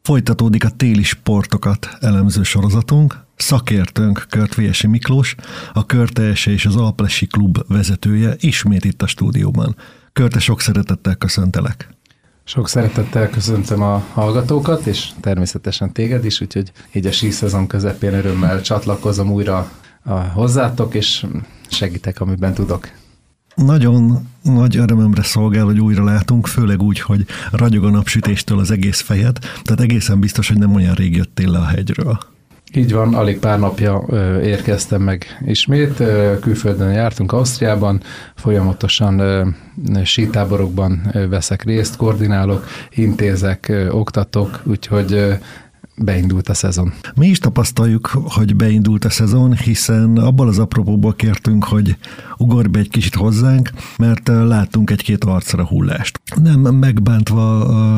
Folytatódik a téli sportokat elemző sorozatunk. Szakértőnk Kört Viesi Miklós, a Körte és az Alplesi Klub vezetője ismét itt a stúdióban. Körte, sok szeretettel köszöntelek. Sok szeretettel köszöntöm a hallgatókat, és természetesen téged is, úgyhogy így a síszezon közepén örömmel csatlakozom újra hozzátok, és segítek, amiben tudok. Nagyon nagy örömömre szolgál, hogy újra látunk, főleg úgy, hogy ragyog a napsütéstől az egész fejed, tehát egészen biztos, hogy nem olyan rég jöttél le a hegyről. Így van, alig pár napja érkeztem meg ismét, külföldön jártunk Ausztriában, folyamatosan sítáborokban veszek részt, koordinálok, intézek, oktatok, úgyhogy beindult a szezon. Mi is tapasztaljuk, hogy beindult a szezon, hiszen abból az apropóból kértünk, hogy ugorj be egy kicsit hozzánk, mert láttunk egy-két arcra hullást. Nem megbántva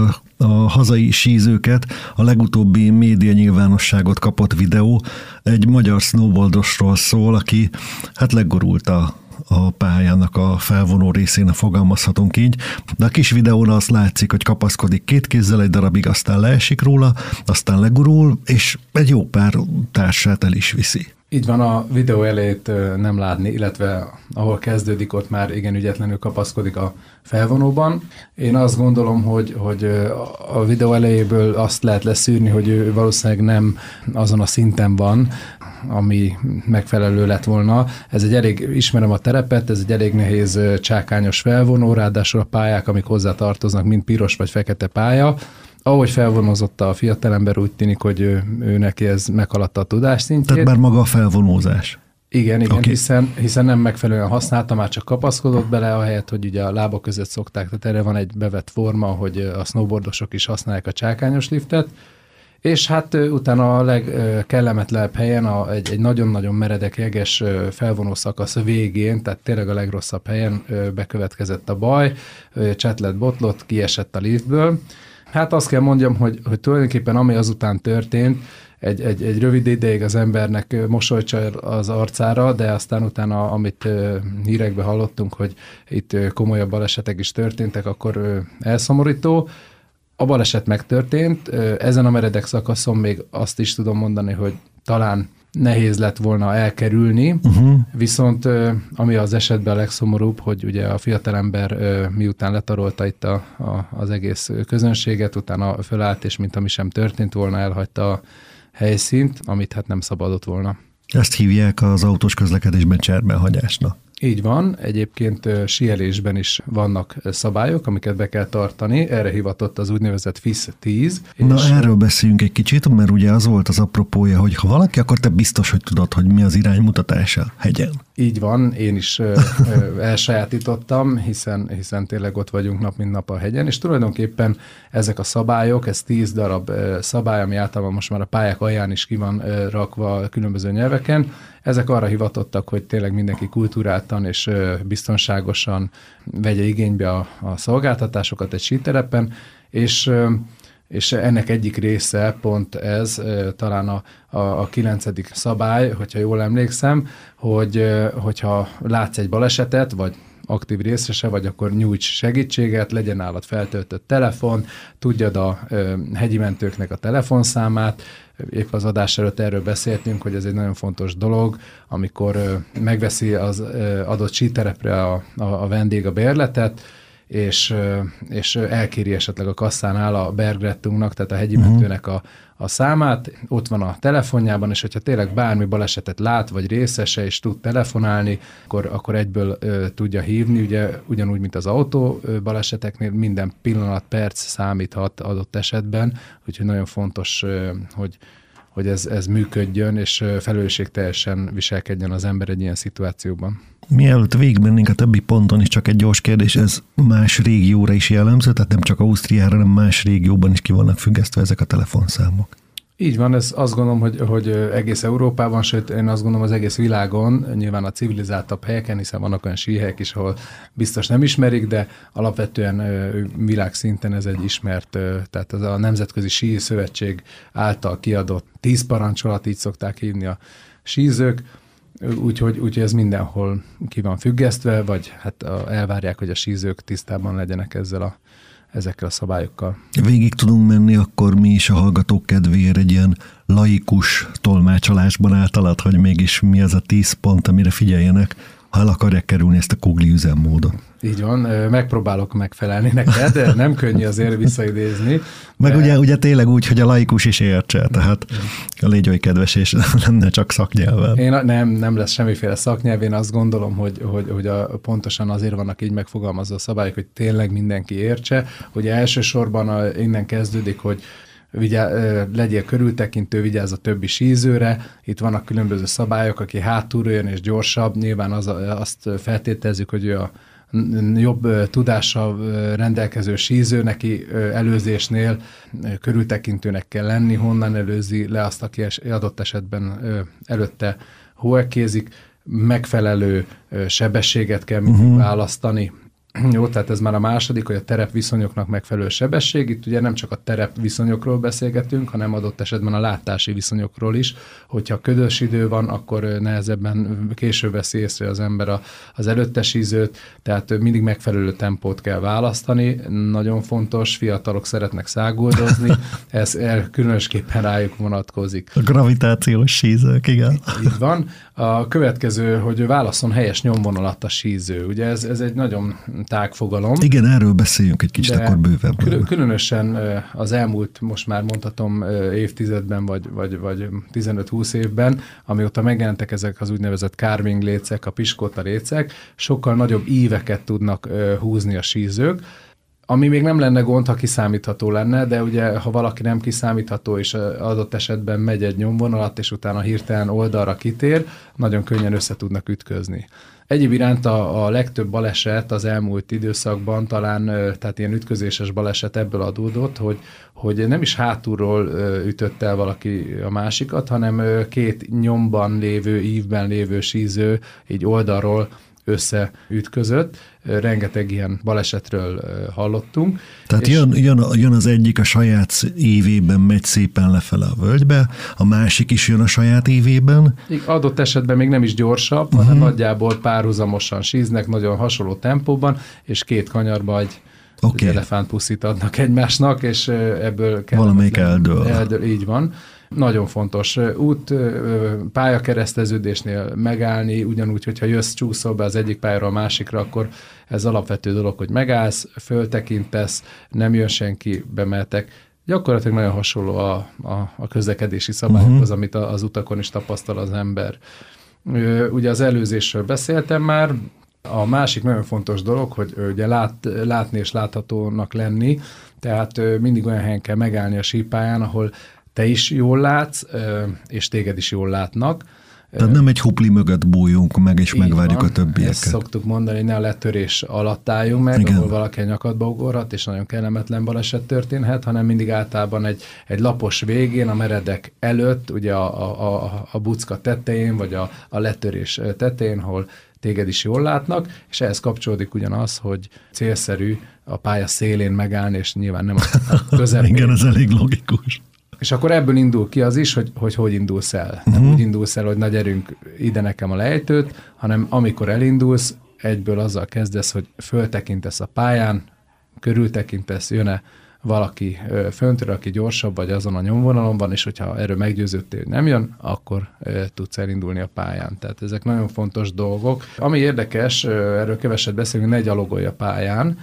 a hazai sízőket, a legutóbbi média nyilvánosságot kapott videó egy magyar snowboardosról szól, aki legurult a pályának a felvonó részén, fogalmazhatunk így, de a kis videón az látszik, hogy kapaszkodik két kézzel egy darabig, aztán leesik róla, aztán legurul, és egy jó pár társát el is viszi. Így van, a videó elejét nem látni, illetve ahol kezdődik, ott már igen ügyetlenül kapaszkodik a felvonóban. Én azt gondolom, hogy a videó elejéből azt lehet leszűrni, hogy ő valószínűleg nem azon a szinten van, ami megfelelő lett volna. Ez egy elég, ismerem a terepet, ez egy elég nehéz csákányos felvonó, ráadásul a pályák, amik hozzá tartoznak, mind piros vagy fekete pálya. Ahogy felvonozott a fiatalember, úgy tűnik, hogy ő neki ez meghaladta a tudásszintjét. Tehát már maga a felvonózás. Igen, okay. hiszen nem megfelelően használta, már csak kapaszkodott bele, ahelyett, hogy ugye a lábak között szokták, tehát erre van egy bevett forma, hogy a snowboardosok is használják a csákányos liftet, és hát utána a legkellemetlenebb helyen, egy nagyon-nagyon meredek jeges felvonó szakasz végén, tehát tényleg a legrosszabb helyen bekövetkezett a baj, csetlett, botlott, kiesett a liftből. Hát azt kell mondjam, hogy tulajdonképpen ami azután történt, egy rövid ideig az embernek mosolycsal az arcára, de aztán utána, amit hírekben hallottunk, hogy itt komolyabb balesetek is történtek, akkor elszomorító. A baleset megtörtént, ezen a meredek szakaszon még azt is tudom mondani, hogy talán nehéz lett volna elkerülni, viszont ami az esetben a legszomorúbb, hogy ugye a fiatalember miután letarolta itt az egész közönséget, utána fölállt, és mint ami sem történt volna, elhagyta a helyszínt, amit hát nem szabadott volna. Ezt hívják az autós közlekedésben cserbenhagyásnak. Így van, egyébként síelésben is vannak szabályok, amiket be kell tartani, erre hivatott az úgynevezett FIS 10. Na erről beszéljünk egy kicsit, mert ugye az volt az apropója, hogy ha valaki, akkor te biztos, hogy tudod, hogy mi az iránymutatása hegyen. Így van, én is elsajátítottam, hiszen tényleg ott vagyunk nap mint nap a hegyen, és tulajdonképpen ezek a szabályok, ez 10 darab szabály, ami általában most már a pályák alján is ki van rakva különböző nyelveken, ezek arra hivatottak, hogy tényleg mindenki kultúráltan és biztonságosan vegye igénybe a szolgáltatásokat egy síterepen, és ennek egyik része pont ez, talán a 9. szabály, hogyha jól emlékszem, hogyha látsz egy balesetet, vagy aktív részese vagy, akkor nyújts segítséget, legyen nálad feltöltött telefon, tudjad a hegyi mentőknek a telefonszámát. Épp az adás előtt erről beszéltünk, hogy ez egy nagyon fontos dolog, amikor megveszi az adott síterepre a vendég a bérletet, és elkéri esetleg a kasszánál a Bergrettunknak, tehát a hegyi mentőnek a számát, ott van a telefonjában, és hogyha tényleg bármi balesetet lát, vagy részese, és tud telefonálni, akkor egyből tudja hívni, ugye ugyanúgy, mint az autó baleseteknél, minden pillanat, perc számíthat adott esetben, úgyhogy nagyon fontos, hogy ez működjön, és felelősségteljesen viselkedjen az ember egy ilyen szituációban. Mielőtt végigmennénk a többi ponton is, csak egy gyors kérdés, ez más régióra is jellemző, tehát nem csak Ausztriára, hanem más régióban is ki vannak függesztve ezek a telefonszámok? Így van, ez azt gondolom, hogy egész Európában, sőt én azt gondolom az egész világon, nyilván a civilizáltabb helyeken, hiszen vannak olyan síhelyek is, ahol biztos nem ismerik, de alapvetően világszinten ez egy ismert, tehát az a Nemzetközi Sí Szövetség által kiadott 10 parancsolat, így szokták hívni a sízők, úgyhogy ez mindenhol ki van függesztve, vagy hát elvárják, hogy a sízők tisztában legyenek ezekkel a szabályokkal. Végig tudunk menni akkor mi is a hallgatók kedvéért egy ilyen laikus tolmácsolásban általad, hogy mégis mi az a 10 pont, amire figyeljenek, ha el akarják kerülni ezt a Kugli üzemmódot. Így van, megpróbálok megfelelni neked, de nem könnyű azért visszaidézni. Meg ugye tényleg úgy, hogy a laikus is értse, tehát légy oly kedves, és lenne csak szaknyelven. Nem lesz semmiféle szaknyelv, én azt gondolom, hogy pontosan azért vannak így megfogalmazva a szabályok, hogy tényleg mindenki értse. Ugye elsősorban innen kezdődik, hogy legyél körültekintő, vigyázz a többi sízőre. Itt vannak különböző szabályok, aki hátulról jön és gyorsabb, nyilván azt feltételezzük, hogy ő a jobb tudással rendelkező síző, neki előzésnél körültekintőnek kell lenni, honnan előzi le azt, aki adott esetben előtte hóekézik, megfelelő sebességet kell mindig választani. Jó, tehát ez már a második, hogy a terepviszonyoknak megfelelő sebesség. Itt ugye nem csak a terepviszonyokról beszélgetünk, hanem adott esetben a látási viszonyokról is. Hogyha ködös idő van, akkor nehezebben később veszi észre az ember az előttes ízőt, tehát mindig megfelelő tempót kell választani. Nagyon fontos, fiatalok szeretnek száguldozni, ez különösképpen rájuk vonatkozik. A gravitációs sízők, igen. Így van. A következő, hogy válasszon helyes nyomvonalat a síző. Ugye ez egy nagyon tág fogalom. Igen, erről beszéljünk egy kicsit akkor bővebben. Különösen az elmúlt, most már mondhatom évtizedben, vagy 15-20 évben, amióta megjelentek ezek az úgynevezett carving lécek, a piskóta lécek, sokkal nagyobb íveket tudnak húzni a sízők, ami még nem lenne gond, ha kiszámítható lenne, de ugye, ha valaki nem kiszámítható, és adott esetben megy egy nyomvonalat, és utána hirtelen oldalra kitér, nagyon könnyen össze tudnak ütközni. Egyéb iránt a legtöbb baleset az elmúlt időszakban talán, tehát ilyen ütközéses baleset ebből adódott, hogy nem is hátulról ütött el valaki a másikat, hanem két nyomban lévő, ívben lévő síző így oldalról összeütközött. Rengeteg ilyen balesetről hallottunk. Tehát jön az egyik a saját évében, megy szépen lefele a völgybe, a másik is jön a saját évében. Adott esetben még nem is gyorsabb, hanem nagyjából párhuzamosan síznek, nagyon hasonló tempóban, és két kanyarba egy elefántpuszit adnak egymásnak, és ebből valamelyik eldől. Így van. Nagyon fontos pályakereszteződésnél megállni, ugyanúgy, hogyha jössz, csúszol be az egyik pályára a másikra, akkor ez alapvető dolog, hogy megállsz, föltekintesz, nem jön senki, bemeltek. Gyakorlatilag nagyon hasonló a közlekedési szabályokhoz, amit az utakon is tapasztal az ember. Ugye az előzésről beszéltem már. A másik nagyon fontos dolog, hogy ugye látni és láthatónak lenni, tehát mindig olyan helyen kell megállni a sípályán, ahol te is jól látsz, és téged is jól látnak. Tehát nem egy hupli mögött bújjunk meg, és megvárjuk a többieket. Ezt szoktuk mondani, hogy ne a letörés alatt álljunk meg, ahol valaki a nyakadba ugorhat, és nagyon kellemetlen baleset történhet, hanem mindig általában egy lapos végén, a meredek előtt, ugye a bucka tetején, vagy a letörés tetején, ahol téged is jól látnak, és ehhez kapcsolódik ugyanaz, hogy célszerű a pálya szélén megállni, és nyilván nem a közepén. Igen, ez elég logikus. És akkor ebből indul ki az is, hogy indulsz el. Nem úgy indulsz el, hogy na gyerünk ide nekem a lejtőt, hanem amikor elindulsz, egyből azzal kezdesz, hogy föltekintesz a pályán, körültekintesz, jön-e valaki föntről, aki gyorsabb, vagy azon a nyomvonalon van, és hogyha erről meggyőződtél, hogy nem jön, akkor tudsz elindulni a pályán. Tehát ezek nagyon fontos dolgok. Ami érdekes, erről keveset beszélünk, ne gyalogolj a pályán.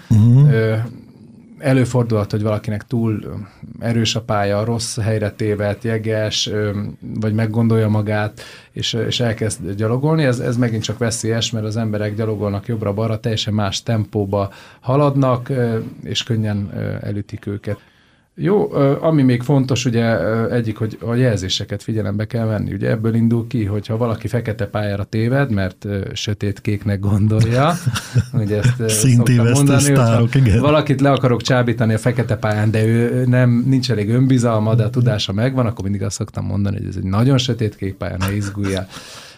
Előfordulhat, hogy valakinek túl erős a pálya, rossz helyre tévedt, jeges, vagy meggondolja magát, és elkezd gyalogolni. Ez megint csak veszélyes, mert az emberek gyalogolnak jobbra-balra, teljesen más tempóba haladnak, és könnyen elütik őket. Jó, ami még fontos, ugye egyik, hogy a jelzéseket figyelembe kell venni. Ugye ebből indul ki, hogyha valaki fekete pályára téved, mert sötétkéknek gondolja. Ugye ezt szoktam mondani, hogyha valakit le akarok csábítani a fekete pályán, de ő nincs elég önbizalma, de a tudása megvan, akkor mindig azt szoktam mondani, hogy ez egy nagyon sötétkék pálya, ne izguljál.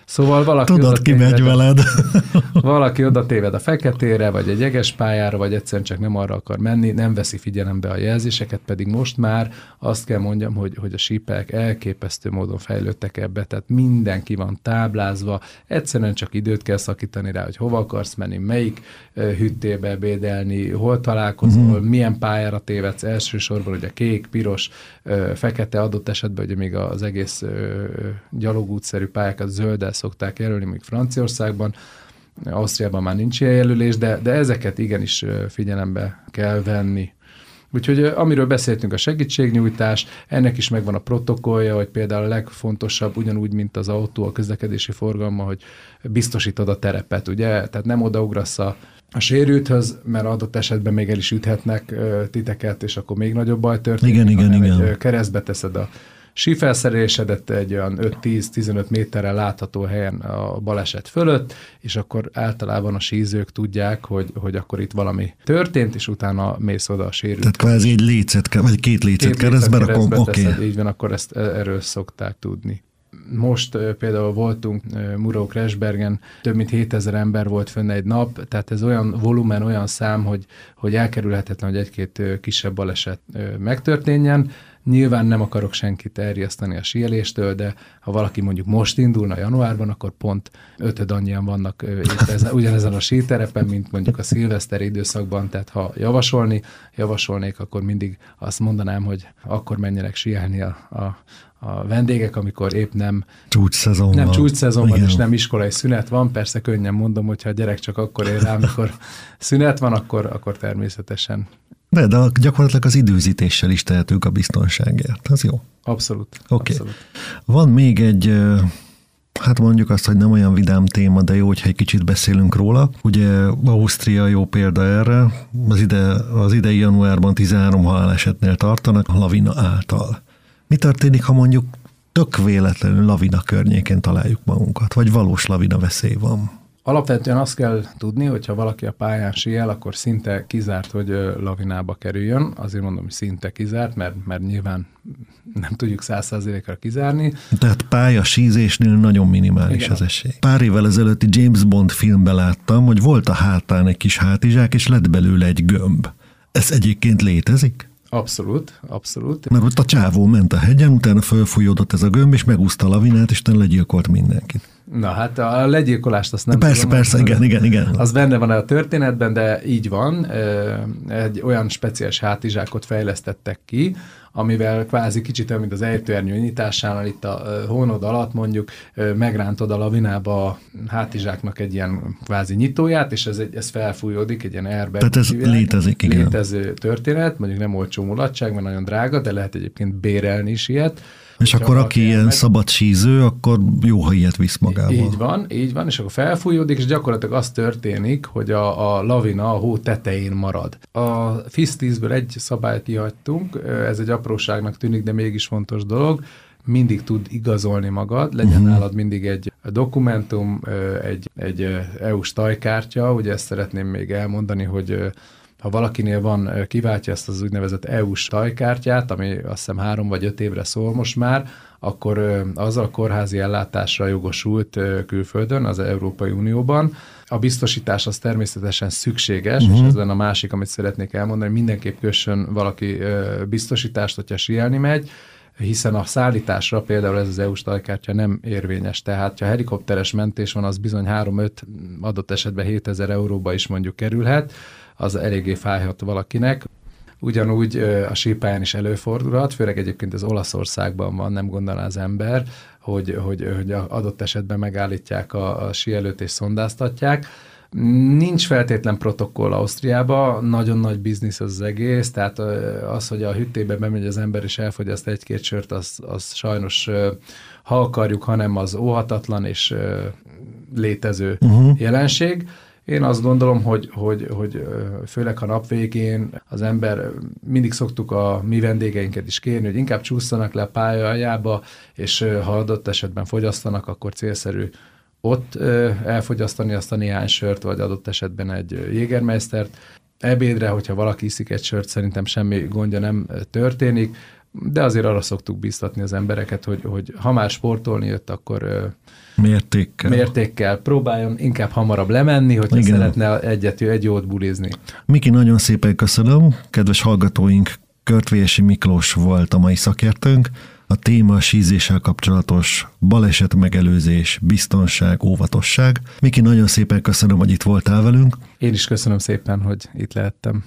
Szóval valaki tudod, ki megy veled. Valaki oda téved a feketére, vagy egy jeges pályára, vagy egyszerűen csak nem arra akar menni, nem veszi figyelembe a jelzéseket, pedig most már azt kell mondjam, hogy a sípek elképesztő módon fejlődtek ebbe, tehát mindenki van táblázva, egyszerűen csak időt kell szakítani rá, hogy hova akarsz menni, melyik hűtébe ebédelni, hol találkozol, milyen pályára tévedsz, elsősorban ugye kék, piros, fekete, adott esetben ugye még az egész gyalogútszerű pályákat zölddel szokták jelölni, még Franciaországban, Ausztriában már nincs ilyen jelölés, de ezeket igenis figyelembe kell venni. Úgyhogy amiről beszéltünk, a segítségnyújtás, ennek is megvan a protokollja, hogy például a legfontosabb, ugyanúgy, mint az autó, a közlekedési forgalma, hogy biztosítod a terepet, ugye? Tehát nem odaugrasz a sérülthöz, mert adott esetben még el is üthetnek titeket, és akkor még nagyobb baj történik. Igen. Keresztbe teszed a sífelszerelésedet egy olyan 5-10-15 méterrel látható helyen a baleset fölött, és akkor általában a sízők tudják, hogy akkor itt valami történt, és utána mész oda a sérült. Tehát kvázi egy lécet, vagy két lécet keresztbe rakom, oké. Így van, akkor erről szokták tudni. Most például voltunk Murau-Kresbergen, több mint 7000 ember volt fönn egy nap, tehát ez olyan volumen, olyan szám, hogy elkerülhetetlen, hogy egy-két kisebb baleset megtörténjen. Nyilván nem akarok senkit elriasztani a síeléstől, de ha valaki mondjuk most indulna januárban, akkor pont 5 annyian vannak ugyanezen a síterepen, mint mondjuk a szilveszteri időszakban, tehát ha javasolnék, akkor mindig azt mondanám, hogy akkor menjenek síelni a vendégek, amikor épp nem csúcsszezonban, és nem iskolai szünet van. Persze könnyen mondom, hogyha a gyerek csak akkor ér rá, amikor szünet van, akkor természetesen. De gyakorlatilag az időzítéssel is tehetünk a biztonságért. Az jó? Abszolút. Okay. Van még egy, hát mondjuk azt, hogy nem olyan vidám téma, de jó, hogyha egy kicsit beszélünk róla. Ugye Ausztria jó példa erre. Az idei januárban 13 halálesetnél tartanak a lavina által. Mi történik, ha mondjuk tök véletlenül lavina környékén találjuk magunkat, vagy valós lavina veszély van? Alapvetően azt kell tudni, hogyha valaki a pályán síel, akkor szinte kizárt, hogy lavinába kerüljön. Azért mondom, hogy szinte kizárt, mert nyilván nem tudjuk 100%-ra kizárni. Tehát pályasízésnél nagyon minimális az esély. Pár évvel ezelőtti James Bond filmben láttam, hogy volt a hátán egy kis hátizsák, és lett belőle egy gömb. Ez egyébként létezik? Abszolút. Mert ott a csávó ment a hegyen, utána fölfújódott ez a gömb, és megúszta a lavinát, és legyilkolt mindenkit. Na hát a legyilkolást azt nem Persze, igen. Az benne van a történetben, de így van. Egy olyan speciális hátizsákot fejlesztettek ki, amivel kvázi kicsit olyan, mint az ejtőernyő nyitásánál itt a hónod alatt mondjuk megrántod a lavinába a hátizsáknak egy ilyen kvázi nyitóját, és ez felfújódik, egy ilyen airbag. Tehát ez létezik, igen. Létező történet, mondjuk nem olcsó mulatság, mert nagyon drága, de lehet egyébként bérelni is ilyet. És akkor aki ilyen szabad síző, akkor jó, ha ilyet visz magával. Így van, és akkor felfújódik, és gyakorlatilag az történik, hogy a lavina a hó tetején marad. A FIS 10-ből egy szabályt kihagytunk, ez egy apróságnak tűnik, de mégis fontos dolog, mindig tud igazolni magad, legyen nálad mindig egy dokumentum, egy EU-s tajkártya, ugye ezt szeretném még elmondani, hogy ha valakinél van, kiváltja ezt az úgynevezett EU-s tajkártyát, ami azt hiszem 3 vagy 5 évre szól most már, akkor azzal a kórházi ellátásra jogosult külföldön, az Európai Unióban. A biztosítás az természetesen szükséges, és ez lenne a másik, amit szeretnék elmondani, mindenképp kössön valaki biztosítást, hogyha síelni megy, hiszen a szállításra például ez az EU-s tajkártya nem érvényes. Tehát, ha helikopteres mentés van, az bizony 3-5, adott esetben 7000 euróba is mondjuk kerülhet, az eléggé fájhat valakinek. Ugyanúgy a sípályán is előfordulhat, főleg egyébként az Olaszországban van, nem gondolná az ember, hogy adott esetben megállítják a síelőt és szondáztatják. Nincs feltétlen protokoll Ausztriában, nagyon nagy biznisz az egész, tehát az, hogy a hűtébe bemegy az ember és elfogyaszt 1-2 sört, az sajnos, ha akarjuk, hanem az óhatatlan és létező jelenség. Én azt gondolom, hogy főleg ha nap végén az ember, mindig szoktuk a mi vendégeinket is kérni, hogy inkább csúszanak le a pálya aljába, és ha adott esetben fogyasztanak, akkor célszerű ott elfogyasztani azt a néhány sört, vagy adott esetben egy Jägermeistert. Ebédre, hogyha valaki iszik egy sört, szerintem semmi gondja nem történik. de azért arra szoktuk bíztatni az embereket, hogy ha már sportolni jött, akkor mértékkel próbáljon inkább hamarabb lemenni, hogyha szeretne egy jót bulizni. Miki, nagyon szépen köszönöm, kedves hallgatóink, Körtvélyesi Miklós volt a mai szakértőnk. A téma a sízéssel kapcsolatos baleset megelőzés, biztonság, óvatosság. Miki, nagyon szépen köszönöm, hogy itt voltál velünk. Én is köszönöm szépen, hogy itt lehettem.